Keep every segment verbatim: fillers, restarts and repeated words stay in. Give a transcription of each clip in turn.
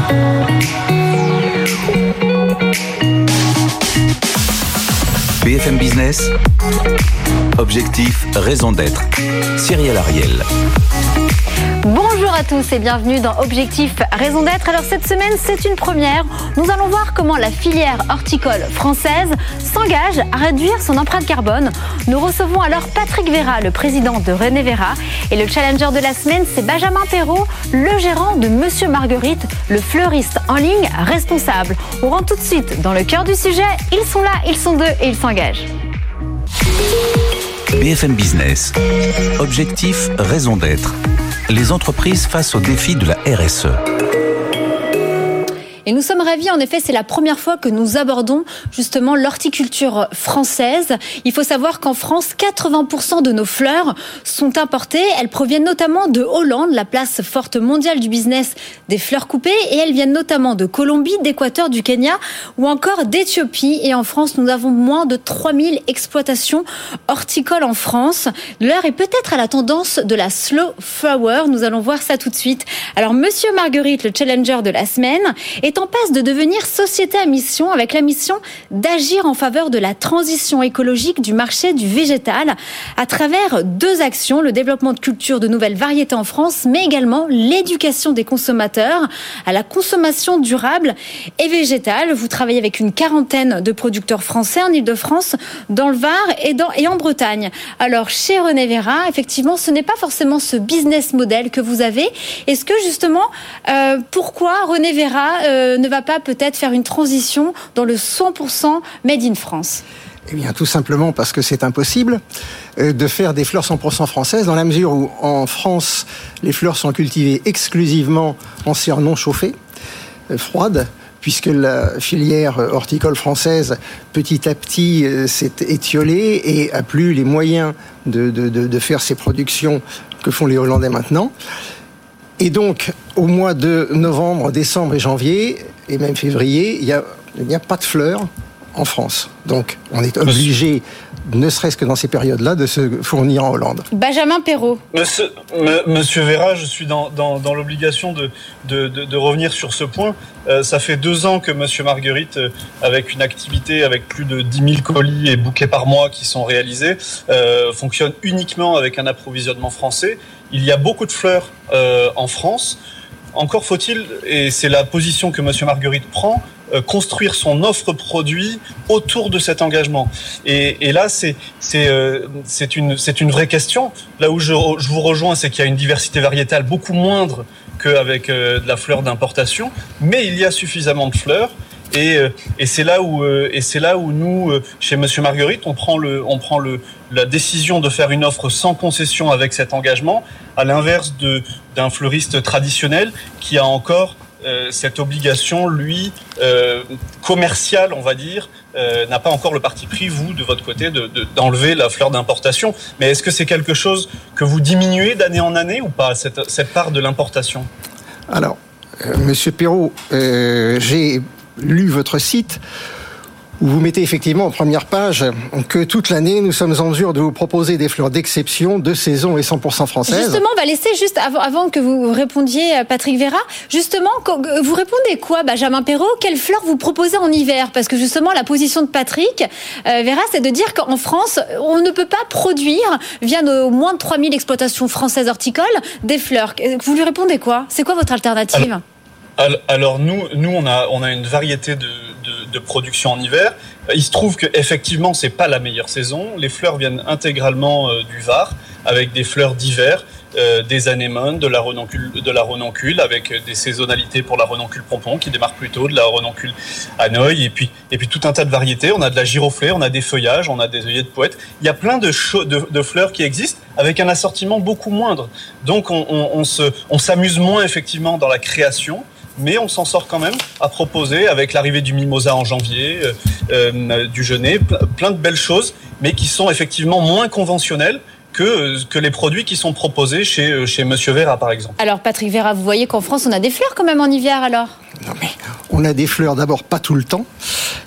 B F M Business, Objectif, raison d'être. Cyril Ariel. Bonjour à tous et bienvenue dans Objectif, raison d'être. Alors cette semaine, c'est une première. Nous allons voir comment la filière horticole française s'engage à réduire son empreinte carbone. Nous recevons alors Patrick Vera, le président de Renevera. Et le challenger de la semaine, c'est Benjamin Perrault, le gérant de Monsieur Marguerite, le fleuriste en ligne responsable. On rentre tout de suite dans le cœur du sujet. Ils sont là, ils sont deux et ils s'engagent. B F M Business, Objectif, raison d'être. Les entreprises face aux défis de la R S E. Et nous sommes ravis, en effet, c'est la première fois que nous abordons justement l'horticulture française. Il faut savoir qu'en France, quatre-vingts pour cent de nos fleurs sont importées. Elles proviennent notamment de Hollande, la place forte mondiale du business des fleurs coupées. Et elles viennent notamment de Colombie, d'Équateur, du Kenya ou encore d'Éthiopie. Et en France, nous avons moins de trois mille exploitations horticoles en France. L'heure est peut-être à la tendance de la slow flower. Nous allons voir ça tout de suite. Alors, Monsieur Marguerite, le challenger de la semaine, est en passe de devenir société à mission avec la mission d'agir en faveur de la transition écologique du marché du végétal à travers deux actions, le développement de cultures de nouvelles variétés en France, mais également l'éducation des consommateurs à la consommation durable et végétale. Vous travaillez avec une quarantaine de producteurs français en Ile-de-France, dans le Var et, dans, et en Bretagne. Alors, chez Renevera, effectivement, ce n'est pas forcément ce business model que vous avez. Est-ce que justement, euh, pourquoi Renevera euh, ne va pas peut-être faire une transition dans le cent pour cent made in France ? Eh bien, tout simplement parce que c'est impossible de faire des fleurs cent pour cent françaises, dans la mesure où, en France, les fleurs sont cultivées exclusivement en serre non chauffée, froide, puisque la filière horticole française, petit à petit, s'est étiolée et a plus les moyens de, de, de, de faire ces productions que font les Hollandais maintenant. Et donc, au mois de novembre, décembre et janvier, et même février, il n'y a, il n'y a pas de fleurs en France. Donc, on est obligé, ne serait-ce que dans ces périodes-là, de se fournir en Hollande. Benjamin Perrault. Monsieur, m- Monsieur Vera, je suis dans, dans, dans l'obligation de, de, de, de revenir sur ce point. Euh, ça fait deux ans que Monsieur Marguerite, euh, avec une activité avec plus de dix mille colis et bouquets par mois qui sont réalisés, euh, fonctionne uniquement avec un approvisionnement français. Il y a beaucoup de fleurs euh, en France. Encore faut-il, et c'est la position que Monsieur Marguerite prend, euh, construire son offre produit autour de cet engagement. Et, et là, c'est, c'est, euh, c'est, une, c'est une vraie question. Là où je, je vous rejoins, c'est qu'il y a une diversité variétale beaucoup moindre qu'avec euh, de la fleur d'importation, mais il y a suffisamment de fleurs. Et, et c'est là où et c'est là où nous, chez Monsieur Marguerite, on prend le on prend le la décision de faire une offre sans concession avec cet engagement, à l'inverse de d'un fleuriste traditionnel qui a encore euh, cette obligation, lui, euh, commerciale, on va dire, euh, n'a pas encore le parti pris, vous, de votre côté, de, de, d'enlever la fleur d'importation. Mais est-ce que c'est quelque chose que vous diminuez d'année en année ou pas, cette cette part de l'importation ? Alors, euh, Monsieur Perrault, euh, j'ai lu votre site où vous mettez effectivement en première page que toute l'année, nous sommes en mesure de vous proposer des fleurs d'exception, de saison et cent pour cent françaises. Justement, on va laisser juste avant, avant que vous répondiez, Patrick Vera, justement, vous répondez quoi, Benjamin Perrault ? Quelles fleurs vous proposez en hiver ? Parce que justement, la position de Patrick euh, Vera, c'est de dire qu'en France, on ne peut pas produire, via nos moins de trois mille exploitations françaises horticoles, des fleurs. Vous lui répondez quoi ? C'est quoi votre alternative ? Alors, Alors nous, nous on a on a une variété de, de, de production en hiver. Il se trouve que effectivement c'est pas la meilleure saison. Les fleurs viennent intégralement euh, du Var, avec des fleurs d'hiver, euh, des anémones, de la renoncule, de la renoncule, avec des saisonnalités pour la renoncule pompon qui démarre plus tôt, de la renoncule hanoï, et puis et puis tout un tas de variétés. On a de la giroflée, on a des feuillages, on a des œillets de poète. Il y a plein de, cho- de, de fleurs qui existent avec un assortiment beaucoup moindre. Donc on, on, on se on s'amuse moins effectivement dans la création. Mais on s'en sort quand même à proposer, avec l'arrivée du mimosa en janvier, euh, euh, du genêt, plein de belles choses, mais qui sont effectivement moins conventionnelles que, que les produits qui sont proposés chez, chez Monsieur Vera, par exemple. Alors, Patrick Vera, vous voyez qu'en France, on a des fleurs quand même en hiver, alors ? Non, mais on a des fleurs, d'abord, pas tout le temps.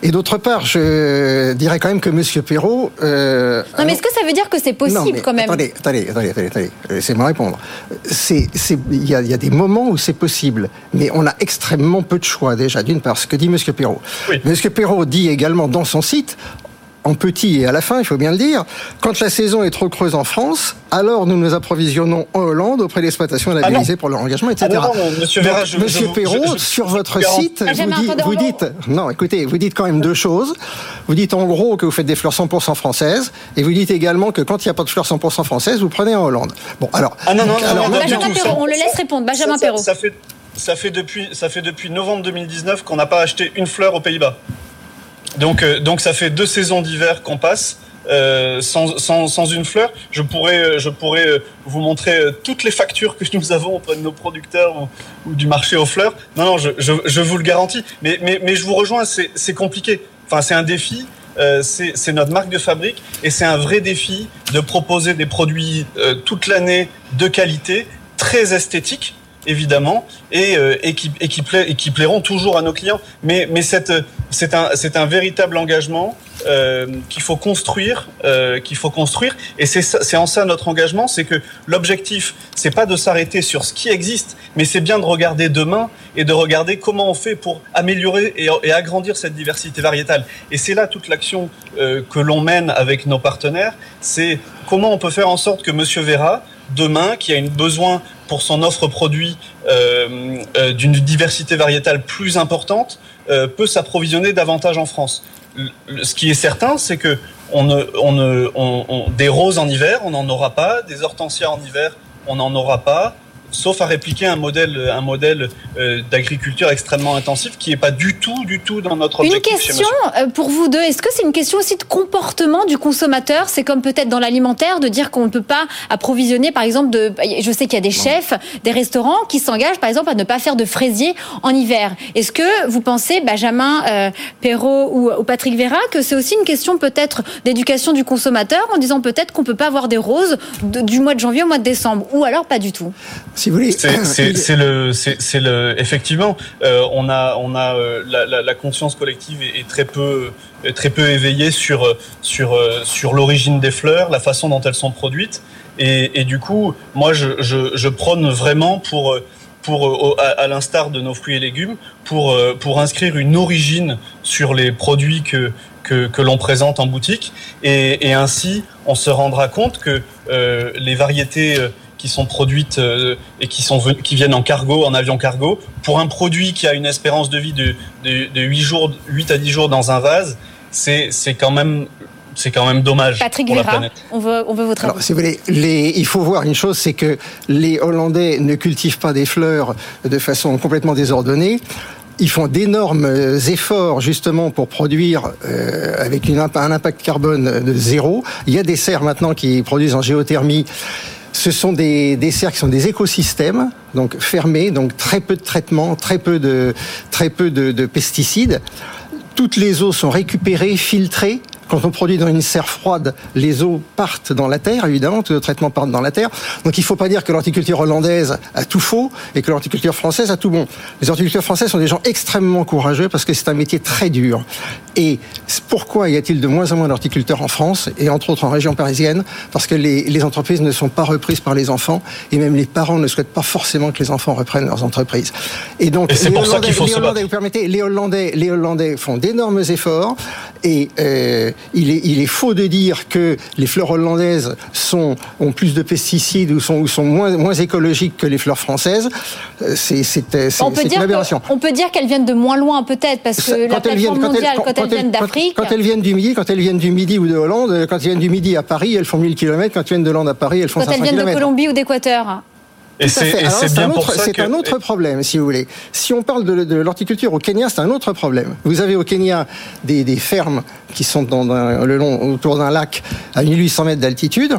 Et d'autre part, je dirais quand même que Monsieur Perrault... Euh, non, mais est-ce que ça veut dire que c'est possible, non, mais quand même attendez, attendez, attendez, attendez, attendez, laissez-moi répondre. C'est, c'est, il y a, il y a des moments où c'est possible, mais on a extrêmement peu de choix, déjà, d'une part, ce que dit Monsieur Perrault. Oui. Monsieur Perrault dit également dans son site... en petit et à la fin, il faut bien le dire, quand la saison est trop creuse en France, alors nous nous approvisionnons en Hollande auprès d'exploitations labellisées ah pour leur engagement, et cetera. Ah non, non, monsieur Véra, je, Monsieur je, Perrault, je, je, sur votre je, site, ah, vous, dit, vous dites, non, écoutez, vous dites quand même deux choses. Vous dites en gros que vous faites des fleurs cent pour cent françaises, et vous dites également que quand il n'y a pas de fleurs cent pour cent françaises, vous prenez en Hollande. Bon, alors, ah non, non, non, alors, non, Benjamin Perrault, on le laisse répondre. Benjamin Perrault. Ça, ça fait, ça fait depuis, ça fait depuis novembre deux mille dix-neuf qu'on n'a pas acheté une fleur aux Pays-Bas. Donc, euh, donc ça fait deux saisons d'hiver qu'on passe euh, sans, sans, sans une fleur. Je pourrais, je pourrais vous montrer toutes les factures que nous avons auprès de nos producteurs ou, ou du marché aux fleurs. Non, non, je, je, je vous le garantis. Mais, mais, mais je vous rejoins, c'est, c'est compliqué. Enfin, c'est un défi. Euh, c'est, c'est notre marque de fabrique et c'est un vrai défi de proposer des produits euh, toute l'année de qualité, très esthétiques. Évidemment, et, euh, et, qui, et, qui pla- et qui plairont toujours à nos clients. Mais, mais cette, c'est, un, c'est un véritable engagement euh, qu'il faut construire, euh, qu'il faut construire. Et c'est, c'est en ça notre engagement, c'est que l'objectif, c'est pas de s'arrêter sur ce qui existe, mais c'est bien de regarder demain et de regarder comment on fait pour améliorer et, et agrandir cette diversité variétale. Et c'est là toute l'action euh, que l'on mène avec nos partenaires. C'est comment on peut faire en sorte que Monsieur Véra, demain, qui a une besoin pour son offre produit euh, euh, d'une diversité variétale plus importante, euh, peut s'approvisionner davantage en France. Le, ce qui est certain, c'est que on ne, on ne, on, on, des roses en hiver, on n'en aura pas, des hortensias en hiver, on n'en aura pas, sauf à répliquer un modèle, un modèle euh, d'agriculture extrêmement intensif qui n'est pas du tout, du tout dans notre objectif. Une question pour vous deux, est-ce que c'est une question aussi de comportement du consommateur ? C'est comme peut-être dans l'alimentaire de dire qu'on ne peut pas approvisionner, par exemple, de, je sais qu'il y a des chefs, des restaurants qui s'engagent, par exemple, à ne pas faire de fraisiers en hiver. Est-ce que vous pensez, Benjamin euh, Perrault ou, ou Patrick Véra, que c'est aussi une question peut-être d'éducation du consommateur en disant peut-être qu'on ne peut pas avoir des roses de, du mois de janvier au mois de décembre, ou alors pas du tout ? Si vous voulez, c'est, c'est, c'est le, c'est, c'est le. Effectivement, euh, on a, on a euh, la, la, la conscience collective est, est très peu, très peu éveillée sur, sur, sur l'origine des fleurs, la façon dont elles sont produites, et, et du coup, moi, je, je, je prône vraiment pour, pour, à, à l'instar de nos fruits et légumes, pour, pour inscrire une origine sur les produits que que, que l'on présente en boutique, et, et ainsi, on se rendra compte que euh, les variétés euh, qui sont produites euh, et qui sont qui viennent en cargo, en avion cargo, pour un produit qui a une espérance de vie de de, de huit jours, huit à dix jours dans un vase, c'est c'est quand même c'est quand même dommage. Patrick pour Véra, la planète. on veut on veut votre avis. Alors, si vous voulez, les, il faut voir une chose, c'est que les Hollandais ne cultivent pas des fleurs de façon complètement désordonnée. Ils font d'énormes efforts justement pour produire euh, avec une, un impact carbone de zéro. Il y a des serres maintenant qui produisent en géothermie. Ce sont des, des serres qui sont des écosystèmes, donc fermés, donc très peu de traitements, très peu de, très peu de, de pesticides. Toutes les eaux sont récupérées, filtrées. Quand on produit dans une serre froide, les eaux partent dans la terre, évidemment, tous les traitements partent dans la terre. Donc il ne faut pas dire que l'horticulture hollandaise a tout faux et que l'horticulture française a tout bon. Les horticulteurs français sont des gens extrêmement courageux parce que c'est un métier très dur. Et pourquoi y a-t-il de moins en moins d'horticulteurs en France et entre autres en région parisienne ? Parce que les, les entreprises ne sont pas reprises par les enfants et même les parents ne souhaitent pas forcément que les enfants reprennent leurs entreprises. Et donc et c'est les pour Hollandais, ça qu'il faut les se Hollandais, vous permettez, les Hollandais, les Hollandais font d'énormes efforts et euh, il est, il est faux de dire que les fleurs hollandaises sont, ont plus de pesticides ou sont, ou sont moins, moins écologiques que les fleurs françaises. C'est, c'est, c'est, on peut c'est dire une aberration. Que, on peut dire qu'elles viennent de moins loin peut-être, parce que Ça, la plateforme mondiale, quand, quand elles viennent d'Afrique... Quand, quand elles viennent du Midi, quand elles viennent du Midi ou de Hollande, quand elles viennent du Midi à Paris, elles font mille kilomètres. Quand elles viennent de Hollande à Paris, elles font cinq cents kilomètres. Quand elles viennent de Colombie ou d'Équateur. Et c'est, et c'est bien un autre, pour ça c'est que... un autre problème, si vous voulez. Si on parle de, de l'horticulture au Kenya, c'est un autre problème. Vous avez au Kenya des, des fermes qui sont dans, dans, le long, autour d'un lac à mille huit cents mètres d'altitude.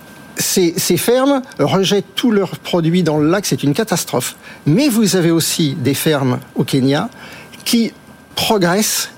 Ces, ces fermes rejettent tous leurs produits dans le lac, c'est une catastrophe. Mais vous avez aussi des fermes au Kenya qui progressent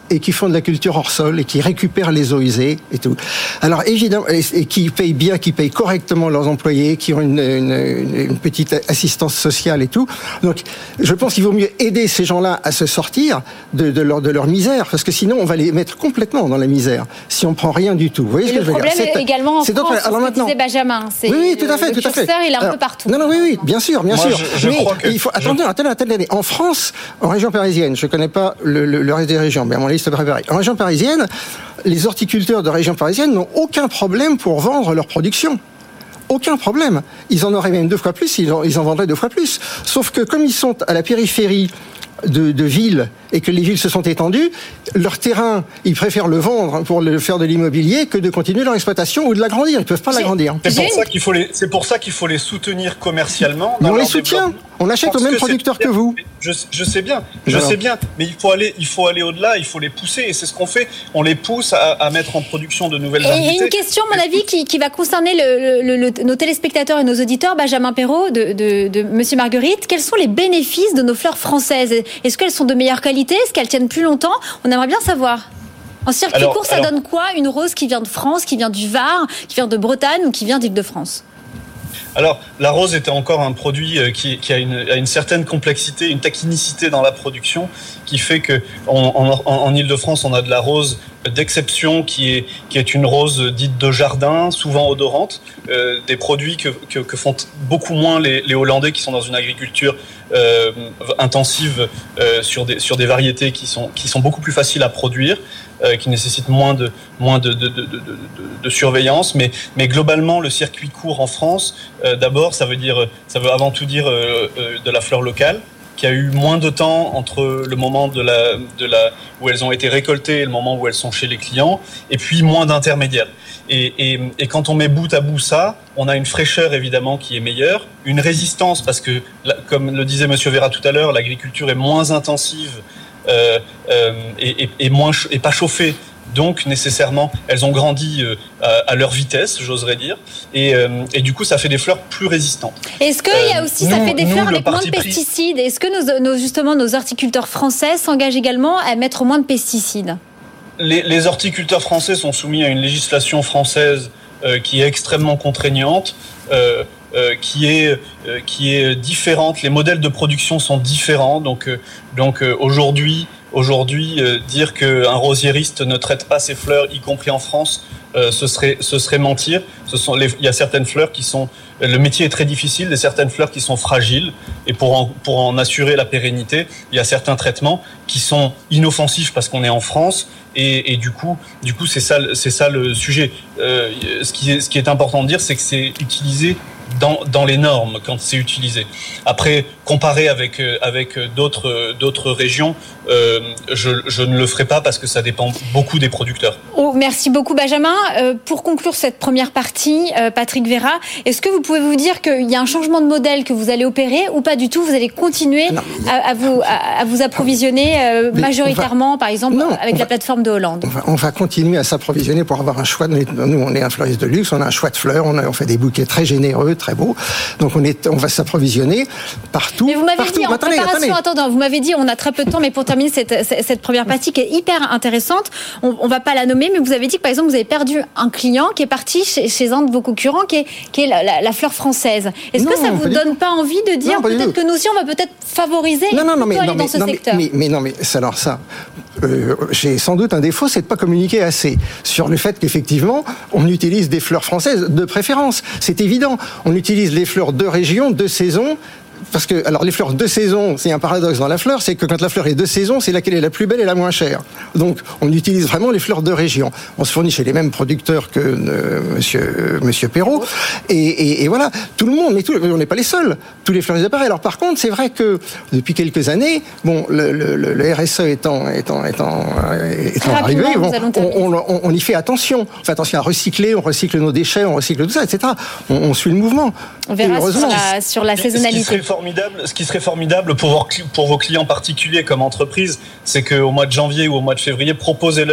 et qui font de la culture hors sol et qui récupèrent les eaux usées et tout. Alors évidemment, et, et qui payent bien, qui payent correctement leurs employés, qui ont une, une, une petite assistance sociale et tout. Donc je pense qu'il vaut mieux aider ces gens-là à se sortir de, de, leur, de leur misère, parce que sinon on va les mettre complètement dans la misère si on prend rien du tout. Vous voyez et ce que le je veux dire ? problème est également en c'est France, alors ce maintenant, que disait Benjamin. C'est oui, oui, tout à fait, le tout à fait. curseur, il est un alors, peu partout. Non, non, oui, oui, bien sûr, bien Moi, sûr. Je, je mais crois que il faut attendez, je... attendez, attendez. En France, en région parisienne, je connais pas le, le, le reste des régions, mais à mon liste préparée. En région parisienne, les horticulteurs de région parisienne n'ont aucun problème pour vendre leur production. Aucun problème. Ils en auraient même deux fois plus, ils en, ils en vendraient deux fois plus. Sauf que comme ils sont à la périphérie de, de villes et que les villes se sont étendues, leur terrain, ils préfèrent le vendre pour le faire de l'immobilier que de continuer leur exploitation ou de l'agrandir. Ils ne peuvent pas J'ai, l'agrandir. C'est pour, ça qu'il faut les, c'est pour ça qu'il faut les soutenir commercialement. Mais on les soutient. On achète aux mêmes producteurs que vous. Je, je sais bien, je Alors. sais bien, mais il faut aller, il faut aller au-delà, il faut les pousser, et c'est ce qu'on fait. On les pousse à, à mettre en production de nouvelles variétés. Et une question, à mon avis, qui, qui va concerner le, le, le, nos téléspectateurs et nos auditeurs. Benjamin Perrault, de, de, de Monsieur Marguerite, quels sont les bénéfices de nos fleurs françaises ? Est-ce qu'elles sont de meilleure qualité ? Est-ce qu'elles tiennent plus longtemps ? On aimerait bien savoir. En circuit alors, court, ça alors, donne quoi ? Une rose qui vient de France, qui vient du Var, qui vient de Bretagne ou qui vient d'Île-de-France ? Alors, la rose était encore un produit qui, qui a, une, a une certaine complexité, une taquinicité dans la production, qui fait que en, en, en Île-de-France, on a de la rose d'exception qui est, qui est une rose dite de jardin, souvent odorante, euh, des produits que, que, que font beaucoup moins les, les Hollandais qui sont dans une agriculture euh, intensive euh, sur, des, sur des variétés qui sont, qui sont beaucoup plus faciles à produire, euh, qui nécessitent moins de, moins de, de, de, de, de, de surveillance. Mais, mais globalement, le circuit court en France, euh, d'abord, ça veut, dire, ça veut avant tout dire euh, euh, de la fleur locale, qui a eu moins de temps entre le moment de la, de la, où elles ont été récoltées et le moment où elles sont chez les clients, et puis moins d'intermédiaires. Et, et, et quand on met bout à bout ça, on a une fraîcheur évidemment qui est meilleure, une résistance parce que, comme le disait Monsieur Vera tout à l'heure, l'agriculture est moins intensive euh, euh, et, et, et, moins, et pas chauffée. Donc, nécessairement, elles ont grandi euh, à, à leur vitesse, j'oserais dire. Et, euh, et du coup, ça fait des fleurs plus résistantes. Est-ce qu'il euh, y a aussi, nous, ça fait des fleurs avec moins de pesticides ? Pris... Est-ce que nos, nos, justement, nos horticulteurs français s'engagent également à mettre moins de pesticides ? les, les horticulteurs français sont soumis à une législation française euh, qui est extrêmement contraignante, euh, euh, qui est, euh, qui est différente. Les modèles de production sont différents. Donc, euh, donc euh, aujourd'hui... Aujourd'hui, euh, dire qu'un rosiériste ne traite pas ses fleurs, y compris en France, euh, ce serait ce serait mentir. Ce sont les, il y a certaines fleurs qui sont, le métier est très difficile, il y a certaines fleurs qui sont fragiles, et pour en, pour en assurer la pérennité, il y a certains traitements qui sont inoffensifs parce qu'on est en France, et, et du coup, du coup, c'est ça, c'est ça le sujet. Euh, ce qui est, ce qui est important de dire, c'est que c'est utilisé dans, dans les normes quand c'est utilisé. Après, comparé avec, avec d'autres, d'autres régions, euh, je, je ne le ferai pas parce que ça dépend beaucoup des producteurs. Oh, merci beaucoup Benjamin. Euh, pour conclure cette première partie, euh, Patrick Vera, est-ce que vous pouvez vous dire qu'il y a un changement de modèle que vous allez opérer ou pas du tout ? Vous allez continuer non, à, à, vous, à, à vous approvisionner euh, majoritairement, va, par exemple, non, avec la va, plateforme de Hollande. On va, on va continuer à s'approvisionner pour avoir un choix. De, nous, on est un fleuriste de luxe, on a un choix de fleurs, on, a, on fait des bouquets très généreux, très beaux. Donc on, est, on va s'approvisionner partout. Mais vous m'avez partout. dit en attendez, préparation, attendez. attendez, vous m'avez dit on a très peu de temps, mais pour terminer cette, cette première partie qui est hyper intéressante, on ne va pas la nommer, mais vous avez dit que par exemple vous avez perdu un client qui est parti chez, chez un de vos concurrents qui est, qui est la, la, la fleur française. Est-ce non, que ça vous donne pas envie de dire non, peut-être que nous aussi on va peut-être favoriser non, non, non, mais, aller non, dans mais, ce non, secteur mais, mais, mais non, mais alors ça, euh, j'ai sans doute un défaut, c'est de pas communiquer assez sur le fait qu'effectivement on utilise des fleurs françaises de préférence. C'est évident. On utilise les fleurs de région, de saison. Parce que, alors, les fleurs de saison, c'est un paradoxe dans la fleur, c'est que quand la fleur est de saison, c'est laquelle est la plus belle et la moins chère. Donc, on utilise vraiment les fleurs de région. On se fournit chez les mêmes producteurs que euh, monsieur, euh, monsieur Perrault. Et, et, et voilà, tout le monde, mais tout, on n'est pas les seuls. Tous les fleuristes appareils. Alors, par contre, c'est vrai que depuis quelques années, bon, le, le, le R S E étant, étant, étant, étant arrivé, bon, on, on, on y fait attention. On fait attention à recycler, on recycle nos déchets, on recycle tout ça, et cetera. On, on suit le mouvement. On verra sur la, sur la saisonnalité. Formidable, ce qui serait formidable pour vos, pour vos clients particuliers comme entreprise, c'est qu'au mois de janvier ou au mois de février, proposez-leur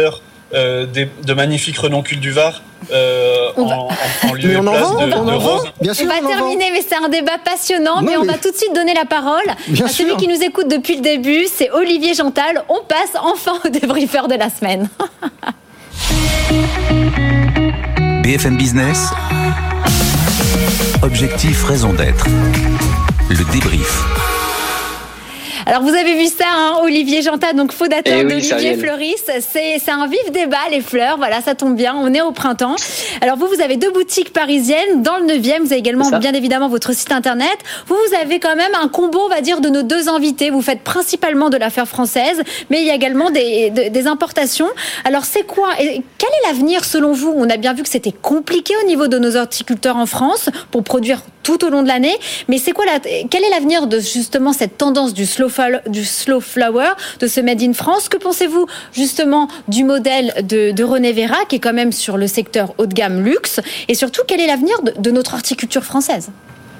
euh, des, de magnifiques renoncules du Var euh, en, en, en lieu et place vend, de, on de en roses. vend, bien sûr, on va on en terminer, vend. mais c'est un débat passionnant. Non, mais, mais on va tout de suite donner la parole bien à sûr. celui qui nous écoute depuis le début. C'est Olivier Gental. On passe enfin au débriefeur de la semaine. B F M Business, objectif, raison d'être. Le débrief. Alors vous avez vu ça, hein, Olivier Gental, donc fondateur eh oui, d'Olivier Fleuris. C'est, c'est un vif débat, les fleurs. Voilà, ça tombe bien. On est au printemps. Alors vous, vous avez deux boutiques parisiennes dans le neuvième. Vous avez également, bien évidemment, votre site internet. Vous, vous avez quand même un combo, on va dire, de nos deux invités. Vous faites principalement de la fleur française, mais il y a également des, de, des importations. Alors c'est quoi et quel est l'avenir selon vous? On a bien vu que c'était compliqué au niveau de nos horticulteurs en France pour produire tout au long de l'année. Mais c'est quoi la, quel est l'avenir de justement cette tendance du slow du slow flower, de ce Made in France? Que pensez-vous justement du modèle de, de René Vera, qui est quand même sur le secteur haut de gamme luxe? Et surtout, quel est l'avenir de, de notre horticulture française?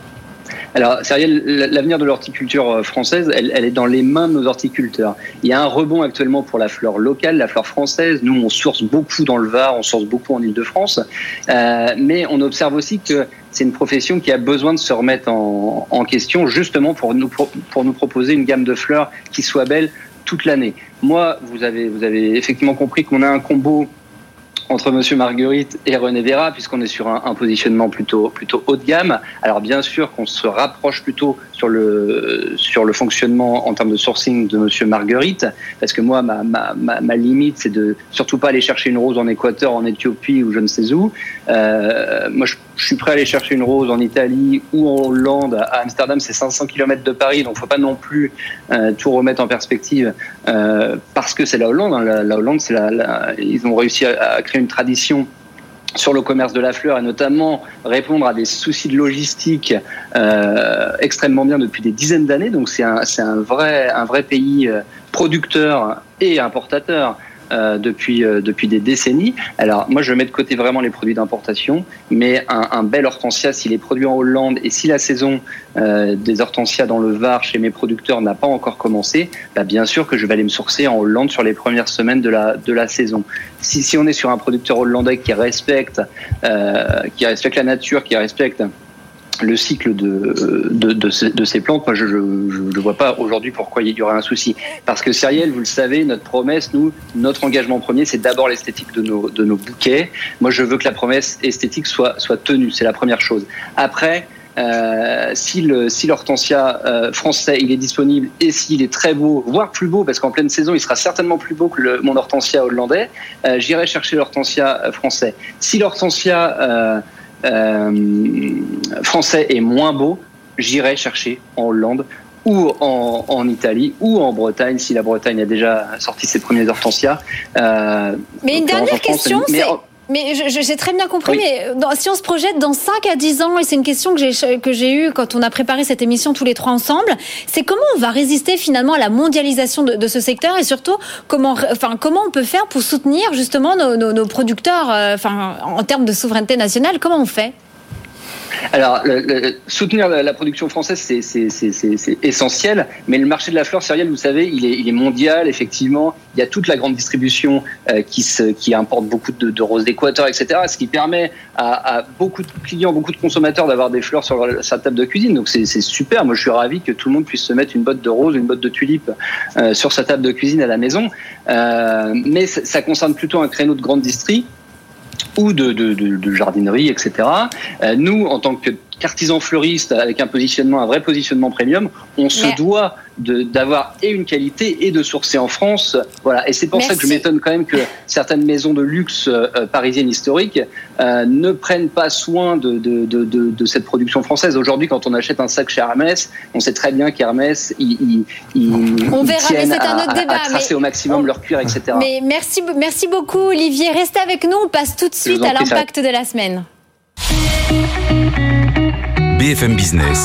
Alors, Cyrielle, l'avenir de l'horticulture française, elle, elle est dans les mains de nos horticulteurs. Il y a un rebond actuellement pour la fleur locale, la fleur française. Nous, on source beaucoup dans le Var, on source beaucoup en Île-de-France. Euh, mais on observe aussi que c'est une profession qui a besoin de se remettre en, en question, justement pour nous, pour nous proposer une gamme de fleurs qui soit belle toute l'année. Moi, vous avez, vous avez effectivement compris qu'on a un combo entre Monsieur Marguerite et René Vera, puisqu'on est sur un, un positionnement plutôt plutôt haut de gamme. Alors bien sûr qu'on se rapproche plutôt sur le sur le fonctionnement en termes de sourcing de Monsieur Marguerite, parce que moi ma ma ma, ma limite c'est de surtout pas aller chercher une rose en Équateur, en Éthiopie ou je ne sais où. Euh, moi je, je suis prêt à aller chercher une rose en Italie ou en Hollande. À Amsterdam, c'est cinq cents kilomètres de Paris, donc faut pas non plus euh, tout remettre en perspective euh, parce que c'est la Hollande. Hein. La, la Hollande, c'est la, la ils ont réussi à, à créer une tradition sur le commerce de la fleur et notamment répondre à des soucis de logistique euh, extrêmement bien depuis des dizaines d'années. Donc c'est un, c'est un vrai, un vrai pays producteur et importateur euh, depuis, euh, depuis des décennies. Alors moi je mets de côté vraiment les produits d'importation, mais un, un bel hortensia, s'il est produit en Hollande et si la saison euh, des hortensias dans le Var chez mes producteurs n'a pas encore commencé, bah bien sûr que je vais aller me sourcer en Hollande sur les premières semaines de la, de la saison. Si, si on est sur un producteur hollandais qui respecte, euh, qui respecte la nature, qui respecte le cycle de, de, de, ces, de ces plantes, moi je ne vois pas aujourd'hui pourquoi il y aurait un souci. Parce que Cyrielle, vous le savez, notre promesse, nous, notre engagement premier, c'est d'abord l'esthétique de nos, de nos bouquets. Moi je veux que la promesse esthétique soit, soit tenue, c'est la première chose. Après, Euh, si, le, si l'hortensia euh, français il est disponible et s'il est très beau, voire plus beau, parce qu'en pleine saison il sera certainement plus beau que le, mon hortensia hollandais, euh, j'irai chercher l'hortensia français. Si l'hortensia euh, euh, français est moins beau, j'irai chercher en Hollande ou en, en Italie ou en Bretagne, si la Bretagne a déjà sorti ses premiers hortensias. Euh, Mais une dernière question, mais, c'est... Mais je, je, j'ai très bien compris, oui. mais dans, si on se projette dans cinq à dix ans, et c'est une question que j'ai, que j'ai eue quand on a préparé cette émission tous les trois ensemble, c'est comment on va résister finalement à la mondialisation de, de ce secteur et surtout comment, enfin, comment on peut faire pour soutenir justement nos, nos, nos producteurs euh, enfin, en termes de souveraineté nationale, comment on fait ? Alors, le, le, soutenir la, la production française, c'est, c'est, c'est, c'est, c'est essentiel, mais le marché de la fleur, Cyrielle, vous savez, il est, il est mondial, effectivement. Il y a toute la grande distribution euh, qui, se, qui importe beaucoup de, de roses d'Équateur, et cetera, ce qui permet à, à beaucoup de clients, beaucoup de consommateurs d'avoir des fleurs sur sa table de cuisine. Donc, c'est, c'est super. Moi, je suis ravi que tout le monde puisse se mettre une botte de roses, une botte de tulipes euh, sur sa table de cuisine à la maison. Euh, mais ça, ça concerne plutôt un créneau de grande distrie ou de, de, de, de jardinerie, et cetera. Euh, nous, en tant que qu'artisans fleuristes, avec un positionnement, un vrai positionnement premium, on se Mais... doit de, d'avoir et une qualité et de sourcer en France. Voilà. Et c'est pour Merci. ça que je m'étonne quand même que certaines maisons de luxe euh, parisiennes historiques euh, ne prennent pas soin de, de, de, de, de cette production française. Aujourd'hui, quand on achète un sac chez Hermès, on sait très bien qu'Hermès, ils, ils, ils, on ils verra, tiennent mais c'est un autre à, débat, à tracer mais... au maximum on... leur cuir, et cetera. Mais merci, merci beaucoup, Olivier. Restez avec nous. On passe tout de suite à l'impact ça. de la semaine. B F M Business.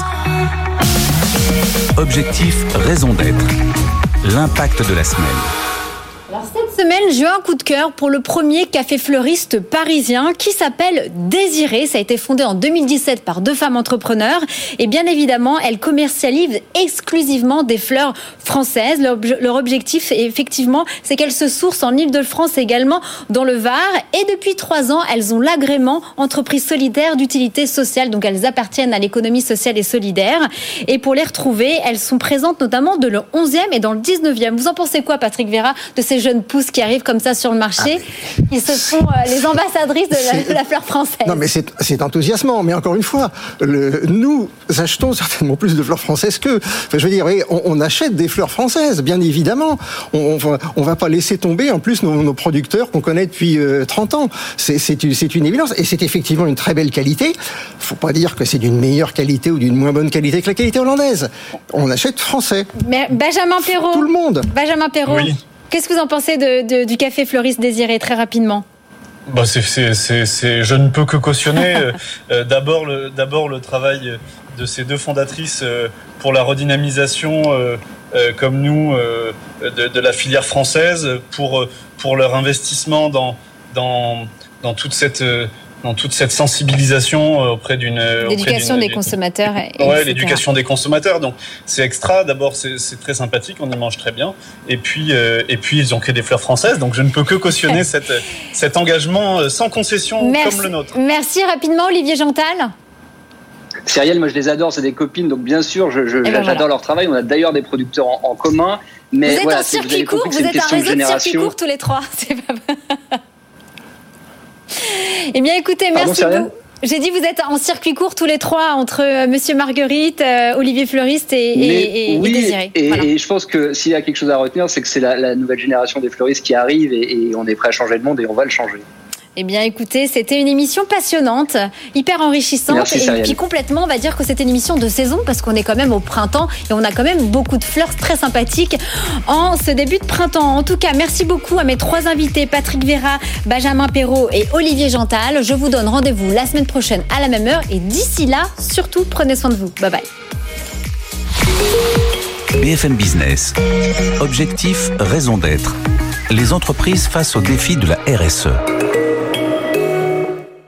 Objectif, raison d'être. L'impact de la semaine. Alors cette Semaine, j'ai eu un coup de cœur pour le premier café fleuriste parisien qui s'appelle Désiré. Ça a été fondé en deux mille dix-sept par deux femmes entrepreneurs et bien évidemment, elles commercialisent exclusivement des fleurs françaises. Leur, leur objectif, effectivement, c'est qu'elles se sourcent en Île-de-France et également dans le Var. Et depuis trois ans, elles ont l'agrément entreprise solidaire d'utilité sociale. Donc, elles appartiennent à l'économie sociale et solidaire. Et pour les retrouver, elles sont présentes notamment de le onzième et dans le dix-neuvième. Vous en pensez quoi, Patrick Vera, de ces jeunes pousses qui arrivent comme ça sur le marché? Ah, Ils se font euh, les ambassadrices de la, de la fleur française. Non, mais c'est, c'est enthousiasmant. Mais encore une fois, le, nous achetons certainement plus de fleurs françaises qu'eux. Enfin, je veux dire, on, on achète des fleurs françaises, bien évidemment. On, on, on va pas laisser tomber, en plus, nos, nos producteurs qu'on connaît depuis euh, trente ans. C'est, c'est, c'est une évidence. Et c'est effectivement une très belle qualité. Faut pas dire que c'est d'une meilleure qualité ou d'une moins bonne qualité que la qualité hollandaise. On achète français. Mais Benjamin Perrault. Tout le monde. Benjamin Perrault. Oui. Qu'est-ce que vous en pensez de, de, du café fleuriste Désiré, très rapidement? Bah c'est, c'est, c'est, c'est, je ne peux que cautionner euh, d'abord, le, d'abord le travail de ces deux fondatrices euh, pour la redynamisation, euh, euh, comme nous, euh, de, de la filière française, pour, pour leur investissement dans, dans, dans toute cette... Euh, dans toute cette sensibilisation auprès d'une... L'éducation auprès d'une, des consommateurs. Et ouais, l'éducation des consommateurs. Donc, c'est extra. D'abord, c'est, c'est très sympathique. On y mange très bien. Et puis, euh, et puis, ils ont créé des fleurs françaises. Donc, je ne peux que cautionner cette, cet engagement sans concession Merci. Comme le nôtre. Merci. Rapidement, Olivier Gental. Cyrielle, moi, je les adore. C'est des copines. Donc, bien sûr, je, je, ben j'adore voilà. leur travail. On a d'ailleurs des producteurs en, en commun. Mais vous êtes voilà, en circuit court. Vous êtes un réseau de circuit court tous les trois. C'est pas Eh bien, écoutez, merci Pardon, beaucoup. J'ai dit, vous êtes en circuit court tous les trois entre euh, Monsieur Marguerite, euh, Olivier Fleuriste et, et, et, oui, et Désiré. Et, voilà. et je pense que s'il y a quelque chose à retenir, c'est que c'est la, la nouvelle génération des fleuristes qui arrive et, et on est prêt à changer le monde et on va le changer. Eh bien, écoutez, c'était une émission passionnante, hyper enrichissante. Merci, et puis complètement, on va dire que c'était une émission de saison parce qu'on est quand même au printemps et on a quand même beaucoup de fleurs très sympathiques en ce début de printemps. En tout cas, merci beaucoup à mes trois invités, Patrick Vera, Benjamin Perrault et Olivier Gental. Je vous donne rendez-vous la semaine prochaine à la même heure et d'ici là, surtout, prenez soin de vous. Bye bye. B F M Business. Objectif, raison d'être. Les entreprises face aux défis de la R S E.